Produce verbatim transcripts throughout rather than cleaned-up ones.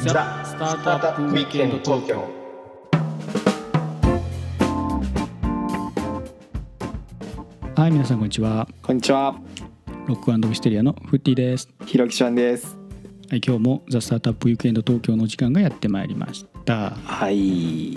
ザ・スタートアップウィークエンド東京。 はい、皆さんこんにちは。 こんにちは。 ロック&ミステリアのフッティです。 ひろきちゃんです。 はい、今日もザ・スタートアップウィークエンド東京の時間がやってまいりました。 はい、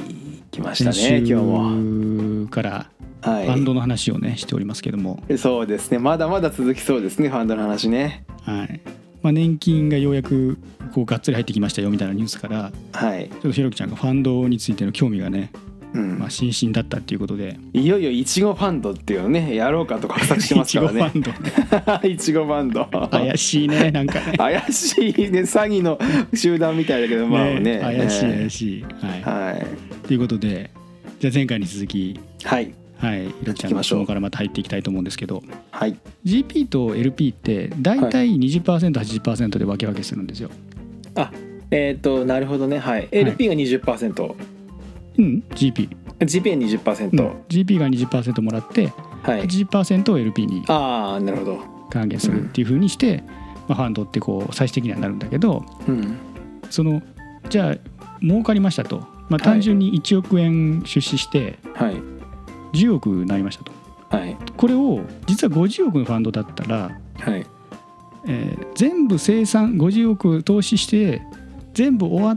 来ましたね。 先週今日もからフはいァンドの話をねしておりますけども、 そうですね、まだまだ続きそうですね、ファンドの話ね。 はい、まあ、年金がようやくこうがっつり入ってきましたよみたいなニュースから、 はい、 ちょっとひろきちゃんがファンドについての興味がね、 うんまあ、心身だったっていうことで、 いよいよいちごファンドっていうのねやろうかと画策してますからね。 いちごファンドいちごファンド怪しいね、なんかね怪しいね、詐欺の集団みたいだけど、まあね、 ね怪しいえー怪しい、はい、 はいということで、じゃあ前回に続き、 はいはい、ひろきちゃんの質問からまた入っていきたいと思うんですけど、 はい。 ジーピー と エルピー って大体 にじゅっパーセント、はちじゅっパーセント で分け分けするんですよ。 あ、えっとなるほどね、はい。 エルピー が にじゅっパーセント、 うん、ジーピー、 ジーピー が にじゅっパーセント、 うん、ジーピー が にじゅっパーセント もらってはい。 はちじゅっパーセント を エルピー にああ、なるほど。 還元するっていう風にして、まあ、ファンドってこう最終的にはなるんだけど、 うんそのじゃあ儲かりましたと、まあ、単純にいちおくえん出資してはいじゅうおくになりましたと。 はいこれを実はごじゅうおくのファンドだったら、 はいえー全部生産ごじゅうおく投資して全部終わって、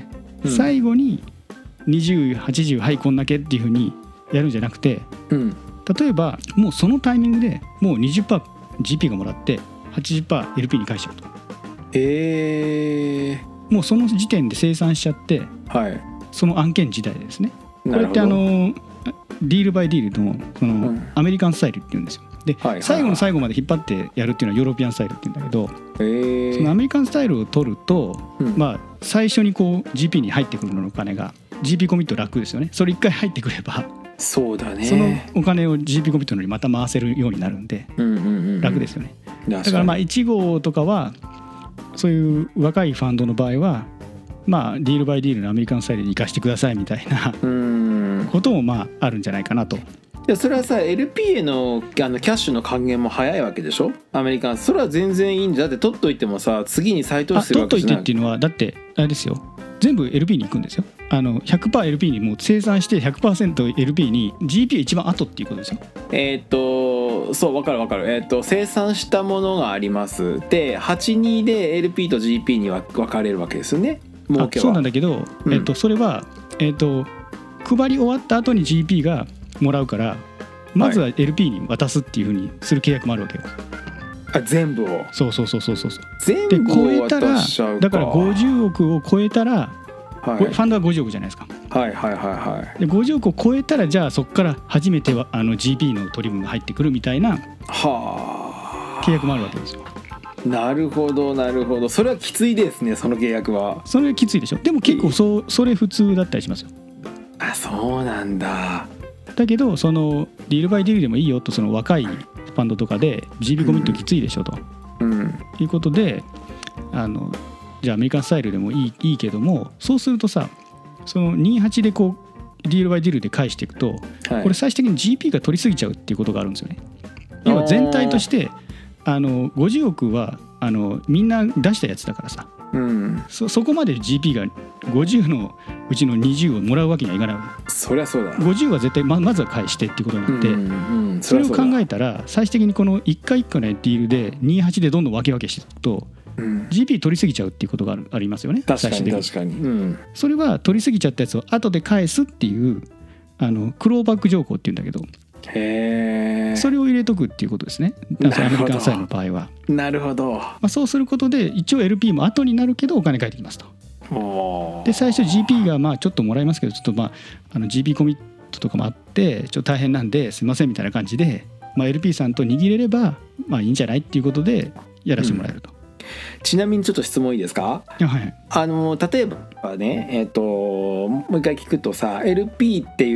うん最後ににじゅう、はちじゅう、はいこんだけっていう風にやるんじゃなくて、 うん例えばもうそのタイミングでもう にじゅっパーセントジーピー がもらって はちじゅっパーセントエルピー に返しちゃうと。 えー、 もうその時点で生産しちゃってはいその案件自体でですね。こなるほど。 れってあのディールバイディールのそのうんアメリカンスタイルっていうんですよ。で、 はいはいはい最後の最後まで引っ張ってやるっていうのはヨーロピアンスタイルっていうんだけど、 えー、 そのアメリカンスタイルを取ると、 うんまあ最初にこう ジーピー に入ってくるののお金が ジーピー コミット楽ですよね。それいっかい入ってくればそうだね。 そのお金を ジーピー コミットのにまた回せるようになるんでうんうんうんうん楽ですよね。 だだからまあいち号とかはそういう若いファンドの場合はまあディールバイディールのアメリカンスタイルに生かしてくださいみたいなうーん。 こともまああるんじゃないかなと。 いやそれはさ エルピー へのあのキャッシュの還元も早いわけでしょ、アメリカン。それは全然いいんじゃ。だって取っといてもさ次に再投あ資する取っといてわけじゃない。 っていうのはだってあれですよ、全部 エルピー に行くんですよ。あの ひゃくパーセントエルピー にもう生産して ひゃくパーセントエルピー に ジーピー が一番後っていうことですよ。 えーっとそう分かる分かる。えーっと生産したものがありますではちじゅうにで エルピー と ジーピー には分かれるわけですよね、儲けは。 あそうなんだけど、 うんえっと、それは、えっと、配り終わった後に ジーピー がもらうからまずは エルピー に渡すっていうふうにする契約もあるわけよ。 あ全部をそうそうそうそうそうそう。 全で超部をえたら渡しちゃうか。 だからごじゅうおくを超えたら、 はいこれファンドはごじゅうおくじゃないですか。 はいはいはいはい。 でごじゅうおくを超えたらじゃあそこから初めてはあの ジーピー の取り分が入ってくるみたいなは契約もあるわけですよ。 あ、なるほどなるほど。それはきついですね、その契約は。 それきついでしょ。でも結構そうそれ普通だったりしますよ。 あ、そうなんだ。 だけどそのディールバイディールでもいいよと、その若いファンドとかで ジーピー コミットきついでしょと、 うんいうことで、あのじゃあアメリカンスタイルでもいい、いいけども、そうするとさそのにじゅうはちでこうディールバイディールで返していくと、 はい、 これ最終的に ジーピー が取りすぎちゃうっていうことがあるんですよね。要は全体としてあのごじゅうおくはあのみんな出したやつだからさ、 うん、 そ, そこまで ジーピー がごじゅうのうちのにじゅうをもらうわけにはいかないわけ。 そりゃそうだ。 ごじゅうは絶対 ま, まずは返してっていうことになって、 うんうん、 それを考ええたら最終的にこのいっかいいっかいのディールでにじゅうはちでどんどん分け分けしていくと、 うん、 ジーピー 取りすぎちゃうっていうことがあるありますよね。 確かに最終的確かに、うん、 それは取りすぎちゃったやつを後で返すっていうあのクローバック条項っていうんだけど、 へえ。 それを入れとくっていうことですね。アメリカンスタイルの場合は。 なるほど。 まあ、そうすることで一応 エルピー も後になるけどお金返ってきますと。 おーで最初 ジーピー がまあちょっともらいますけど、ちょっとまああの ジーピー コミットとかもあってちょっと大変なんですいませんみたいな感じで、まあ、エルピー さんと握れればまあいいんじゃないっていうことでやらせてもらえると、 ちなみにちょっと質問いいですか。 いやはい、 あの例えばね、えー、ともう一回聞くとさ エルピー っていう、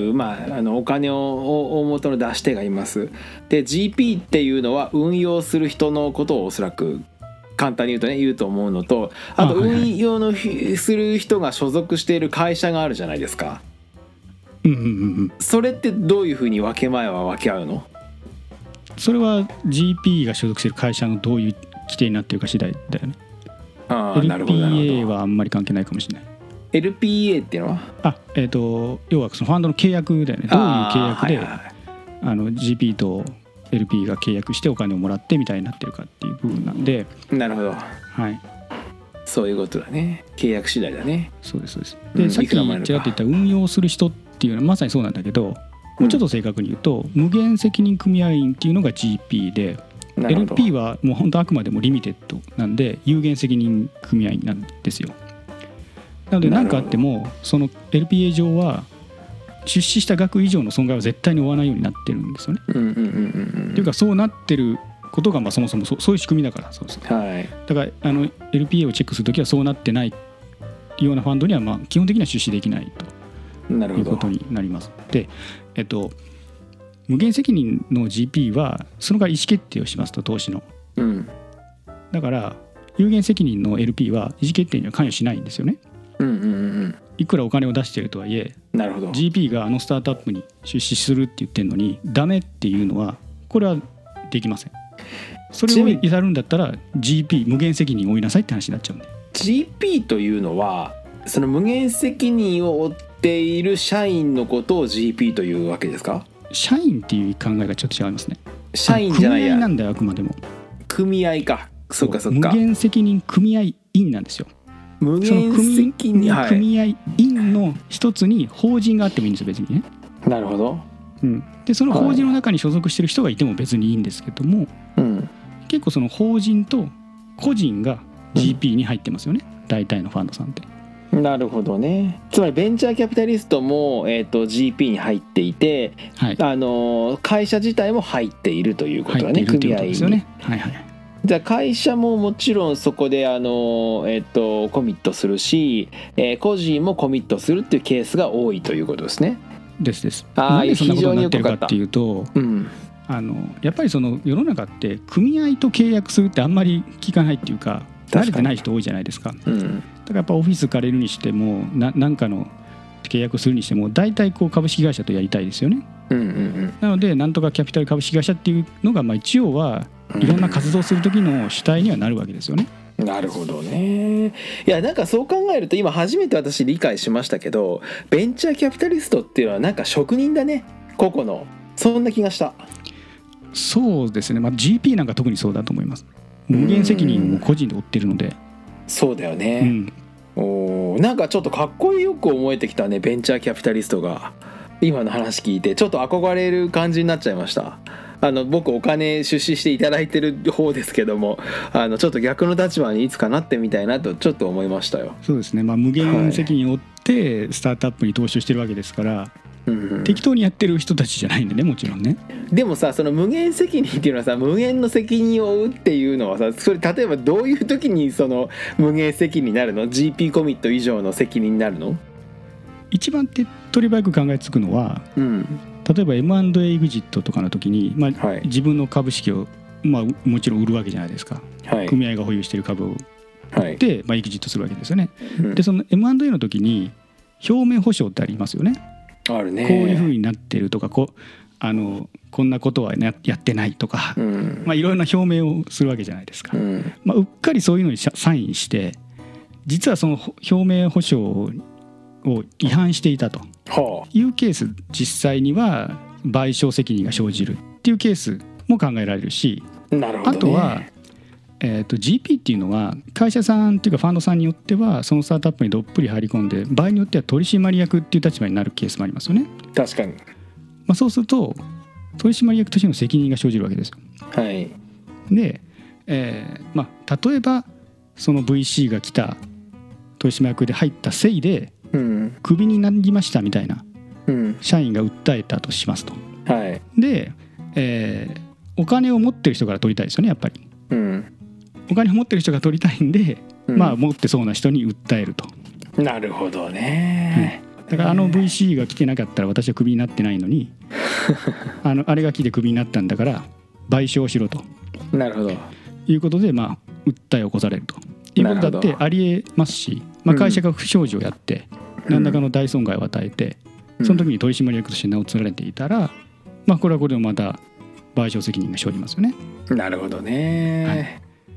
まあ、あのお金を大元の出し手がいます。で ジーピー っていうのは運用する人のことをおそらく簡単に言うとね言うと思うのと、あとあはいはい運用のひする人が所属している会社があるじゃないですか。 うんうんうんうん、 それってどういうふうに分け前は分け合うの？ それは ジーピー が所属している会社のどういう規定になっているか次第だよね。 あーなるほどなるほエルピーエーど。 はあんまり関係ないかもしれない。 エルピーエー っていうのはあ、えー、と要はそのファンドの契約だよね。どういう契約であーはいはいはいあの ジーピー と エルピー が契約してお金をもらってみたいになってるかっていう部分なんで、 なるほど、 はい、 そういうことだね。契約次第だね。 そうですそうです。 うんで、さっきちらっいくらもらえるかと言った運用する人っていうのはまさにそうなんだけど、もうちょっと正確に言うと、無限責任組合員っていうのが ジーピー で、 なるほエルど。 ピー はもう本当あくまでもリミテッドなんで有限責任組合員なんですよ。なので何かあってもその エルピーエー 上は出資した額以上の損害は絶対に負わないようになってるんですよね。 うんうんうんうんっていうかそうなってることがまあそもそもそう、そういう仕組みだから。そうそううん。はい。 だからあの エルピーエー をチェックするときはそうなってないようなファンドにはまあ基本的には出資できないなるほど。 ということになります。で、えっと無限責任の ジーピー はその代わり意思決定をしますと、投資の。 うんだから有限責任の エルピー は意思決定には関与しないんですよね。 うんうんうんいくらお金を出しているとはいえ、 うん。なるほど。 ジーピー があのスタートアップに出資するって言ってるのにダメっていうのはこれはできません。それを至るんだったら ジーピー 無限責任を負いなさいって話になっちゃうんで。 ジーピー というのはその無限責任を負っている社員のことを ジーピー というわけですか？ 社員っていう考えがちょっと違いますね。 社員じゃないや組合なんだよ、あくまでも。 組合か。そうかそうか。 無限責任組合員なんですよ。 無その限組責任、はい、 組合員の一つに法人があってもいいんですよ、別にね。 なるほど。 うん、でその法人の中に所属してる人がいても別にいいんですけども、 うん結構その法人と個人が ジーピー に入ってますよね、うん、大体のファンドさんって。 なるほどね。つまりベンチャーキャピタリストも、えー、と ジーピー に入っていて、 はい、 あの会社自体も入っているということだね。 入っているということですよね。 組合に。 はいはい。 じゃあ会社ももちろんそこであの、えー、とコミットするし、えー、個人もコミットするっていうケースが多いということですね。 ですです。 あなんでそんなことになってるかっていうと、 うんあのやっぱりその世の中って組合と契約するってあんまり聞かないっていうか、慣れてない人多いじゃないですか。 うん、 だからやっぱオフィス借りるにしてもな何かの契約するにしても大体こう株式会社とやりたいですよね。 うんうんうん、 なのでなんとかキャピタル株式会社っていうのがまあ一応はいろんな活動する時の主体にはなるわけですよね。 なるほどね。いやなんかそう考えると今初めて私理解しましたけど、ベンチャーキャピタリストっていうのはなんか職人だね、個々の。そんな気がした。 そうですね、まあ、ジーピー なんか特にそうだと思います。無限責任を個人で負ってるので。 そうだよね、 うん、 おなんかちょっとかっこよく思えてきたね、ベンチャーキャピタリストが。今の話聞いてちょっと憧れる感じになっちゃいました。あの僕お金出資していただいてる方ですけども、あのちょっと逆の立場にいつかなってみたいなとちょっと思いましたよ。 そうですね、まあ、無限責任を負ってスタートアップに投資をしてるわけですから、はいうんうん、適当にやってる人たちじゃないんでね、もちろんね。 でもさ、その無限責任っていうのはさ、無限の責任を負うっていうのはさ、それ例えばどういう時にその無限責任になるの？ ジーピー コミット以上の責任になるの？ 一番手っ取り早く考えつくのは、うん、例えば エムアンドエー エグジットとかの時に、まあはい、自分の株式を、まあ、もちろん売るわけじゃないですか、はい、組合が保有している株を売って、はいまあ、エグジットするわけですよね、うん、でその エムアンドエー の時に表面保証ってありますよね。あるね。こういう風になってるとか、こうあのこんなことはやってないとか、うんまあ、いろいろな表明をするわけじゃないですか、うんまあ、うっかりそういうのにサインして実はその表明保証を違反していたというケース、実際には賠償責任が生じるっていうケースも考えられるし、 なるほどね、 あとは、えーと、ジーピー っていうのは会社さんっていうかファンドさんによってはそのスタートアップにどっぷり入り込んで、場合によっては取締役っていう立場になるケースもありますよね。 確かに、 まあ、そうすると取締役としての責任が生じるわけですよ。 はい。 で、えーまあ、例えばその ブイシー が来た取締役で入ったせいでクビになりましたみたいな社員が訴えたとしますと、はい、で、えー、お金を持ってる人から取りたいですよね、やっぱり、うん、お金を持ってる人が取りたいんで、うんまあ、持ってそうな人に訴えると。 なるほどね、 うん、だからあの ブイシー が来てなかったら私はクビになってないのにあのあれが来てクビになったんだから賠償しろと、 なるほどいうことで、まあ、訴えを起こされるということだってありえますし、まあ、会社が不祥事をやって何らかの大損害を与えて、その時に取締役として名を連ねていたら、まあ、これはこれでまた賠償責任が生じますよね。 なるほどね、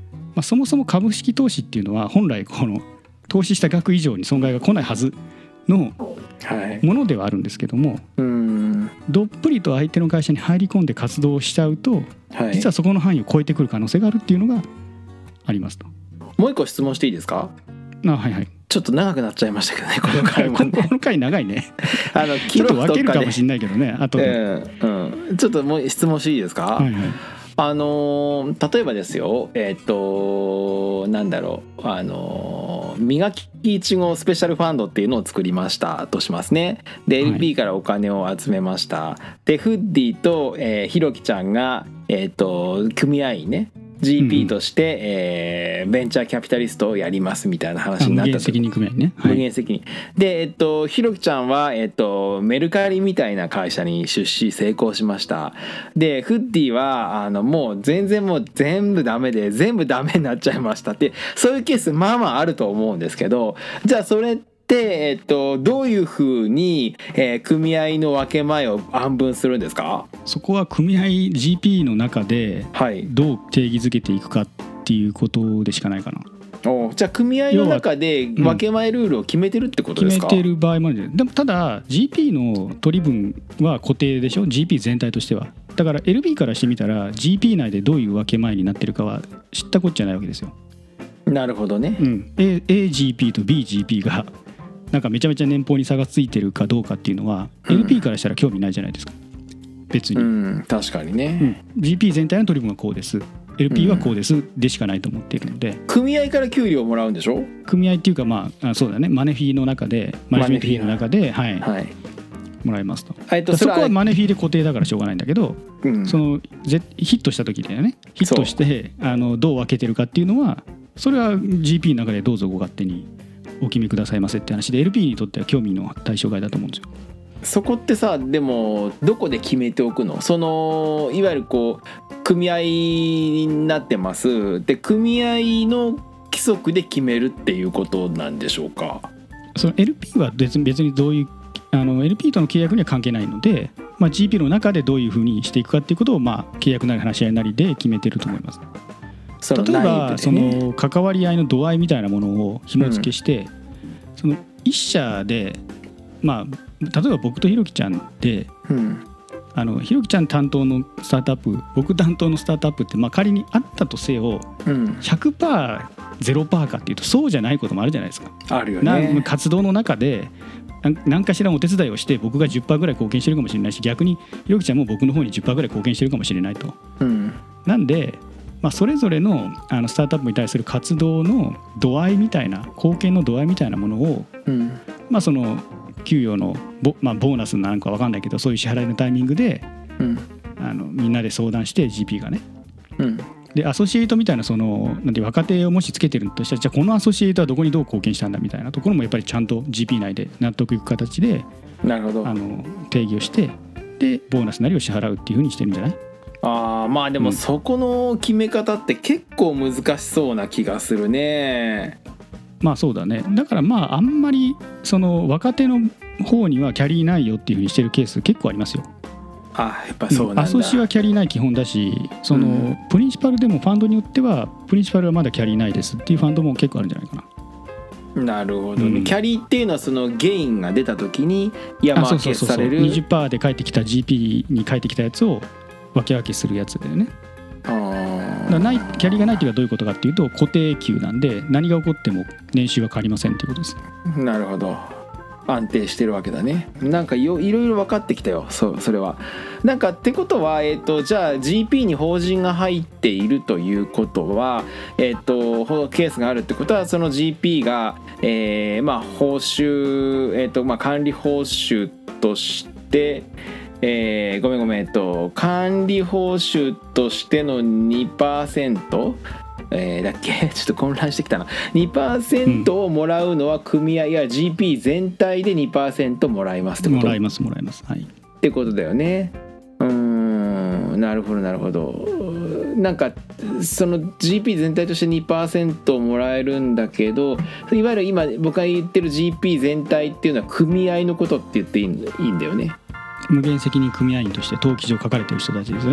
まあ、そもそも株式投資っていうのは本来この投資した額以上に損害が来ないはずのものではあるんですけども、はい、うんどっぷりと相手の会社に入り込んで活動しちゃうと、はい、実はそこの範囲を超えてくる可能性があるっていうのがありますと。 もう一個質問していいですか？ あ、はいはい。 ちょっと長くなっちゃいましたけどね、この回もねこの回長いねあのちょっと分けるかもしれないけどね、後で、 うんうん、ちょっともう質問していいですか？はいはい。あの例えばですよ、えっとなんだろう、あの磨きいちごスペシャルファンドっていうのを作りましたとしますね。で エルピー からお金を集めました、はい、でフッディと、えー、ひろきちゃんが、えっと組合員ね ジーピー として、うんえー、ベンチャーキャピタリストをやりますみたいな話になったと。無限責任組合ね、はい、 無限責任で、えっと、ひろきちゃんは、えっと、メルカリみたいな会社に出資成功しました。でフッディはあのもう全然もう全部ダメで全部ダメになっちゃいましたって、そういうケースまあまああると思うんですけど、じゃあそれってでえっと、どういうふうに、えー、組合の分け前を安分するんですか？ そこは組合 ジーピー の中でどう定義づけていくかっていうことでしかないかな。 おじゃあ組合の中で分け前ルールを決めてるってことですか？ 決めてる場合もある。でもただ ジーピー の取り分は固定でしょ、 ジーピー 全体としては。だから エルビー からしてみたら ジーピー 内でどういう分け前になってるかは知ったこっちゃないわけですよ。 なるほどね、 うん、A、エージーピー と ビージーピー がなんかめちゃめちゃ年俸に差がついてるかどうかっていうのは エルピー からしたら興味ないじゃないですか、別に、うん、 確かにね、 うん、ジーピー 全体の取り分はこうです、 エルピー はこうですでしかないと思っているので、 組合から給料をもらうんでしょ？ 組合っていうかまあそうだね、マネフィーの中でマネジメントフィーの中で、はい、はい、もらいますと。とそこはマネフィーで固定だからしょうがないんだけど、うん、そのヒットした時だよね、ヒットしてあのどう分けてるかっていうのはそれは ジーピー の中でどうぞご勝手にお決めくださいませって話で エルピー にとっては興味の対象外だと思うんですよ。 そこってさ、でもどこで決めておくの？そのいわゆるこう組合になってますで、組合の規則で決めるっていうことなんでしょうか？ その エルピー は別に別にどういうあの エルピー との契約には関係ないので、まあ、ジーピー の中でどういうふうにしていくかっていうことを、まあ、契約なり話し合いなりで決めてると思います。例えばその関わり合いの度合いみたいなものを紐付けして、うん、その一社で、まあ、例えば僕とひろきちゃんで、うん、あのひろきちゃん担当のスタートアップ、僕担当のスタートアップって、まあ、仮にあったとせよ、うん、ひゃくパーセント ゼロパーセント かっていうとそうじゃないこともあるじゃないですか。 あるよね。 活動の中で何かしらお手伝いをして僕が じゅっパーセント ぐらい貢献してるかもしれないし、逆にひろきちゃんも僕の方に じゅっパーセント ぐらい貢献してるかもしれないと、うん、なんでまあ、それぞれ の, あのスタートアップに対する活動の度合いみたいな貢献の度合いみたいなものを、うんまあ、その給与の ボ,、まあ、ボーナスなんか分かんないけどそういう支払いのタイミングで、うん、あのみんなで相談して ジーピー がね、うん、でアソシエイトみたいなそのなんて若手をもしつけてるとしたら、じゃあこのアソシエイトはどこにどう貢献したんだみたいなところもやっぱりちゃんと ジーピー 内で納得いく形でなるほどあの定義をしてでボーナスなりを支払うっていうふうにしてるんじゃない？ あまあでもそこの決め方って結構難しそうな気がするね。 まあそうだね。だからまああんまりその若手の方にはキャリーないよっていうふうにしてるケース結構ありますよ。 あやっぱそうなんだ。 アソシはキャリーない基本だし、その、うん、プリンシパルでもファンドによってはプリンシパルはまだキャリーないですっていうファンドも結構あるんじゃないかな。 なるほどね、うん、キャリーっていうのはそのゲインが出た時に山分けされるにじゅっパーセント で返ってきた ジーピー に返ってきたやつを分け分けするやつだよね。あだないキャリーがないというのはどういうことかっていうと固定給なんで何が起こっても年収は変わりませんっていうことです。 なるほど、安定してるわけだね。なんか い, いろいろ分かってきたよ。 そ, それはなんかってことは、えー、とじゃあ ジーピー に法人が入っているということは、えー、とケースがあるってことはその ジーピー が、えーまあ、報酬、えーとまあ、管理報酬としてえー、ごめんごめん、えっと、管理報酬としての にパーセント、えー、だっけちょっと混乱してきたな。 にパーセント をもらうのは組合や ジーピー 全体で にパーセント もらいますってこと？ もらいますもらいます、はい、 ってことだよね。うーんなるほどなるほど。なんかその ジーピー 全体として にパーセント もらえるんだけど、いわゆる今僕が言ってる ジーピー 全体っていうのは組合のことって言っていいんだよね。 無限責任組合員として登記上書かれてる人たちですね。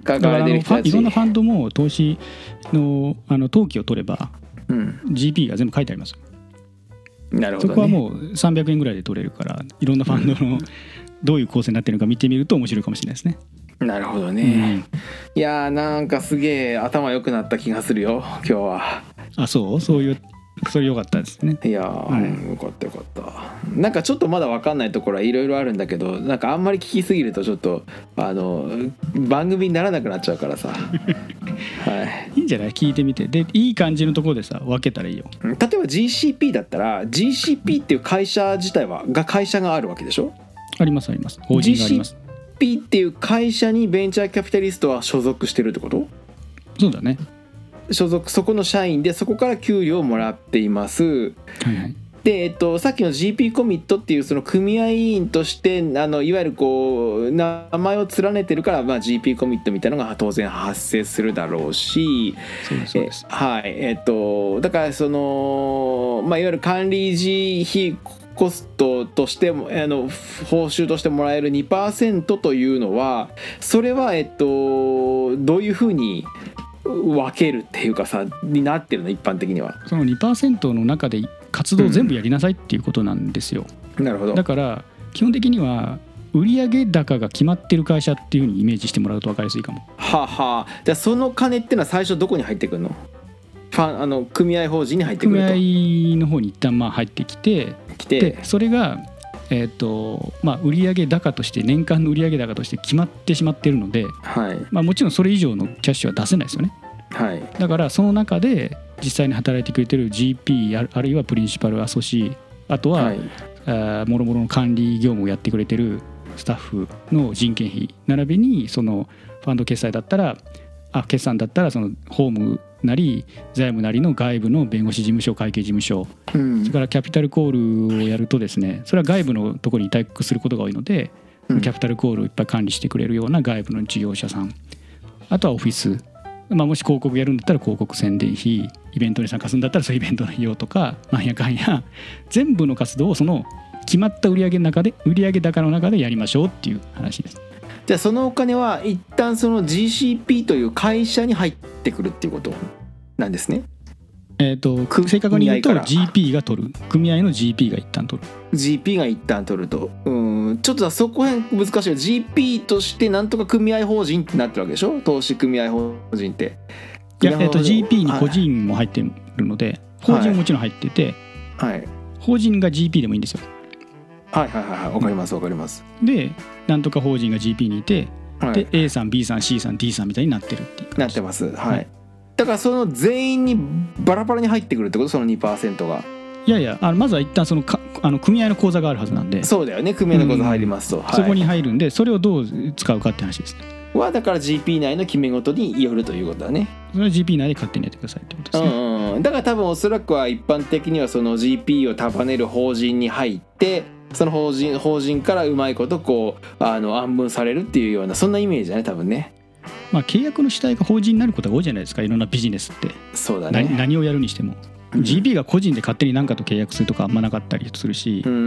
書かれてる人たち、 いろんなファンドも投資 の, あの登記を取れば、うん、ジーピー が全部書いてあります。 なるほどね、 そこはもうさんびゃくえんぐらいで取れるから、いろんなファンドのどういう構成になってるのか見てみると面白いかもしれないですね。 なるほどね、うん、いやーなんかすげえ頭良くなった気がするよ今日は。 あ、そうそういうそれ良かったですね。 いやー、うん、よかったよかった。なんかちょっとまだ分かんないところはいろいろあるんだけど、なんかあんまり聞きすぎるとちょっとあの番組にならなくなっちゃうからさはい、 いいんじゃない、聞いてみて、でいい感じのところでさ分けたらいいよ。 例えば ジーシーピー だったら ジーシーピー っていう会社自体はが会社があるわけでしょ。 ありますあります、法人があります。 ジーシーピー っていう会社にベンチャーキャピタリストは所属してるってこと？ そうだね、 所属、そこの社員でそこから給料をもらっています、はいはい。で、えっと、さっきの ジーピー コミットっていうその組合員としてあのいわゆるこう名前を連ねてるから、まあ、ジーピー コミットみたいなのが当然発生するだろうし、 そうですそうです、 えはい、えっとだからその、まあ、いわゆる管理維持費コストとしてもあの報酬としてもらえる にパーセント というのは、それはえっとどういうふうに分けるっていうかさになってるの？一般的にはその にパーセント の中で活動を全部やりなさいっていうことなんですよ、 うん、なるほど。 だから基本的には売上高が決まってる会社っていう風にイメージしてもらうと分かりやすいかも。 はあ、はあ、じゃあその金ってのは最初どこに入ってくるの？ファンあの組合法人に入ってくると。 組合の方に一旦まあ入ってきて、 来てでそれがえーとまあ、売上高として年間の売上高として決まってしまっているので、はいまあ、もちろんそれ以上のキャッシュは出せないですよね、はい、だからその中で実際に働いてくれてる ジーピー あるいはプリンシパルアソシー、あとは、はい、あもろもろの管理業務をやってくれてるスタッフの人件費並びにそのファンド決済だったらあ決算だったらそのホームなり財務なりの外部の弁護士事務所会計事務所、うん、それからキャピタルコールをやるとですね、それは外部のところに委託することが多いので、うん、キャピタルコールをいっぱい管理してくれるような外部の事業者さん、あとはオフィス、まあ、もし広告やるんだったら広告宣伝費、イベントに参加するんだったらそういうイベントの費用とかなんやかんや全部の活動をその決まった売上の中で売上高の中でやりましょうっていう話です。 じゃあそのお金は一旦その ジーシーピー という会社に入ってくるっていうことなんですね。 えーと、正確に言うと ジーピー が取る、組合の ジーピー が一旦取る、 ジーピー が一旦取ると、うんちょっとそこへん難しいよ。 ジーピー としてなんとか組合法人ってなってるわけでしょ、投資組合法人って。 いや、えーと、ジーピー に個人も入ってるので、はい、法人ももちろん入ってて、はい、法人が ジーピー でもいいんですよ。 はいはいはい、わかりますわかります。 でなんとか法人が ジーピー にいて、はい、で A さん B さん C さん D さんみたいになってるっていう感じ。 なってます、はい、はい。だからその全員にバラバラに入ってくるってこと、その にパーセント が。 いやいや、あのまずは一旦そのかあの組合の口座があるはずなんで。 そうだよね、組合の口座入りますと、うんはい、 そこに入るんで、それをどう使うかって話ですね。 はだから ジーピー 内の決め事によるということだね。 それは ジーピー 内で勝手にやってくださいってことですね。 うんうん、だから多分おそらくは一般的にはその ジーピー を束ねる法人に入って、その法人法人からうまいことこうあの安分されるっていうような、そんなイメージだね多分ね。 まあ、契約の主体が法人になることが多いじゃないですか、いろんなビジネスって。 そうだね。 何、何をやるにしても、うん、ジーピー が個人で勝手に何かと契約するとかあんまなかったりするし、うん、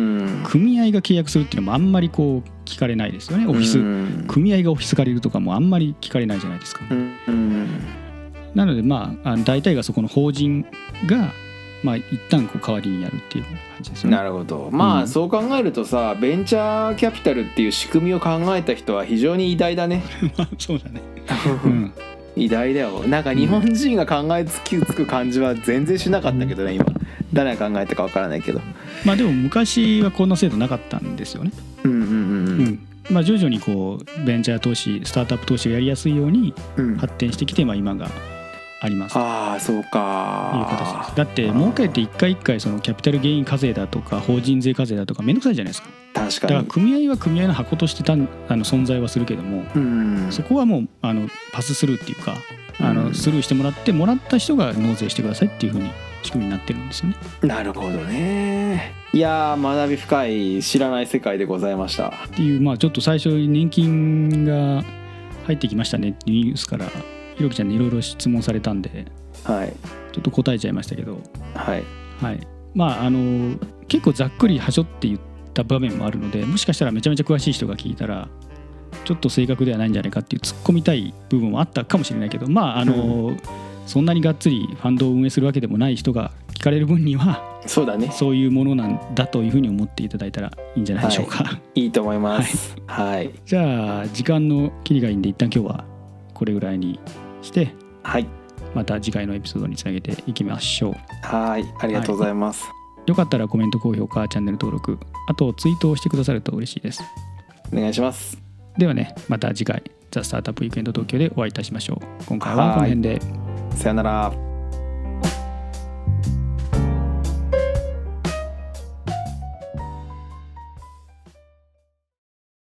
組合が契約するっていうのもあんまりこう聞かれないですよね。オフィス、うん、組合がオフィス借りるとかもあんまり聞かれないじゃないですか、うんうん、なのでまあ大体がそこの法人がまあ一旦こう代わりにやるっていう感じですよね。 なるほど。まあそう考えるとさ、ベンチャーキャピタルっていう仕組みを考えた人は非常に偉大だね。 まあそうだね、うん、 偉大だよ。なんか日本人が考えつきつく感じは全然しなかったけどね、今誰が考えたかわからないけど。 まあでも昔はこんな制度なかったんですよね。うんうんうんうん、うんまあ、徐々にこうベンチャー投資スタートアップ投資をやりやすいように発展してきて、まあ今があります。 ああそうかいう形です。だって儲けって一回一回そのキャピタルゲイン課税だとか法人税課税だとかめんどくさいじゃないですか。 確かに。 だから組合は組合の箱としてたんあの存在はするけども、うんそこはもうあのパススルーっていうかあのスルーしてもらってもらった人が納税してくださいっていう風に仕組みになってるんですよね。 なるほどね。いやー学び深い知らない世界でございました。 っていうまあちょっと最初に年金が入ってきましたねっていうニュースからひろきちゃんにいろいろ質問されたんで、はい、ちょっと答えちゃいましたけど、はいはい、まああの結構ざっくりはしょって言った場面もあるので、もしかしたらめちゃめちゃ詳しい人が聞いたらちょっと正確ではないんじゃないかっていう突っ込みたい部分もあったかもしれないけど、まああの、うん、そんなにがっつりファンドを運営するわけでもない人が聞かれる分にはそうだね、 そういうものなんだというふうに思っていただいたらいいんじゃないでしょうか。 はい、いいと思います。はい。はい、 じゃあ時間の切りがいいんで一旦今日はこれぐらいにして、 はい、 また次回のエピソードにつなげていきましょう。 はい、ありがとうございます。はい、 よかったらコメント高評価チャンネル登録、あとツイートをしてくださると嬉しいです。 お願いします。 ではね、また次回ザ・スタートアップウィークエンド東京でお会いいたしましょう。今回はこの辺で。 さよなら。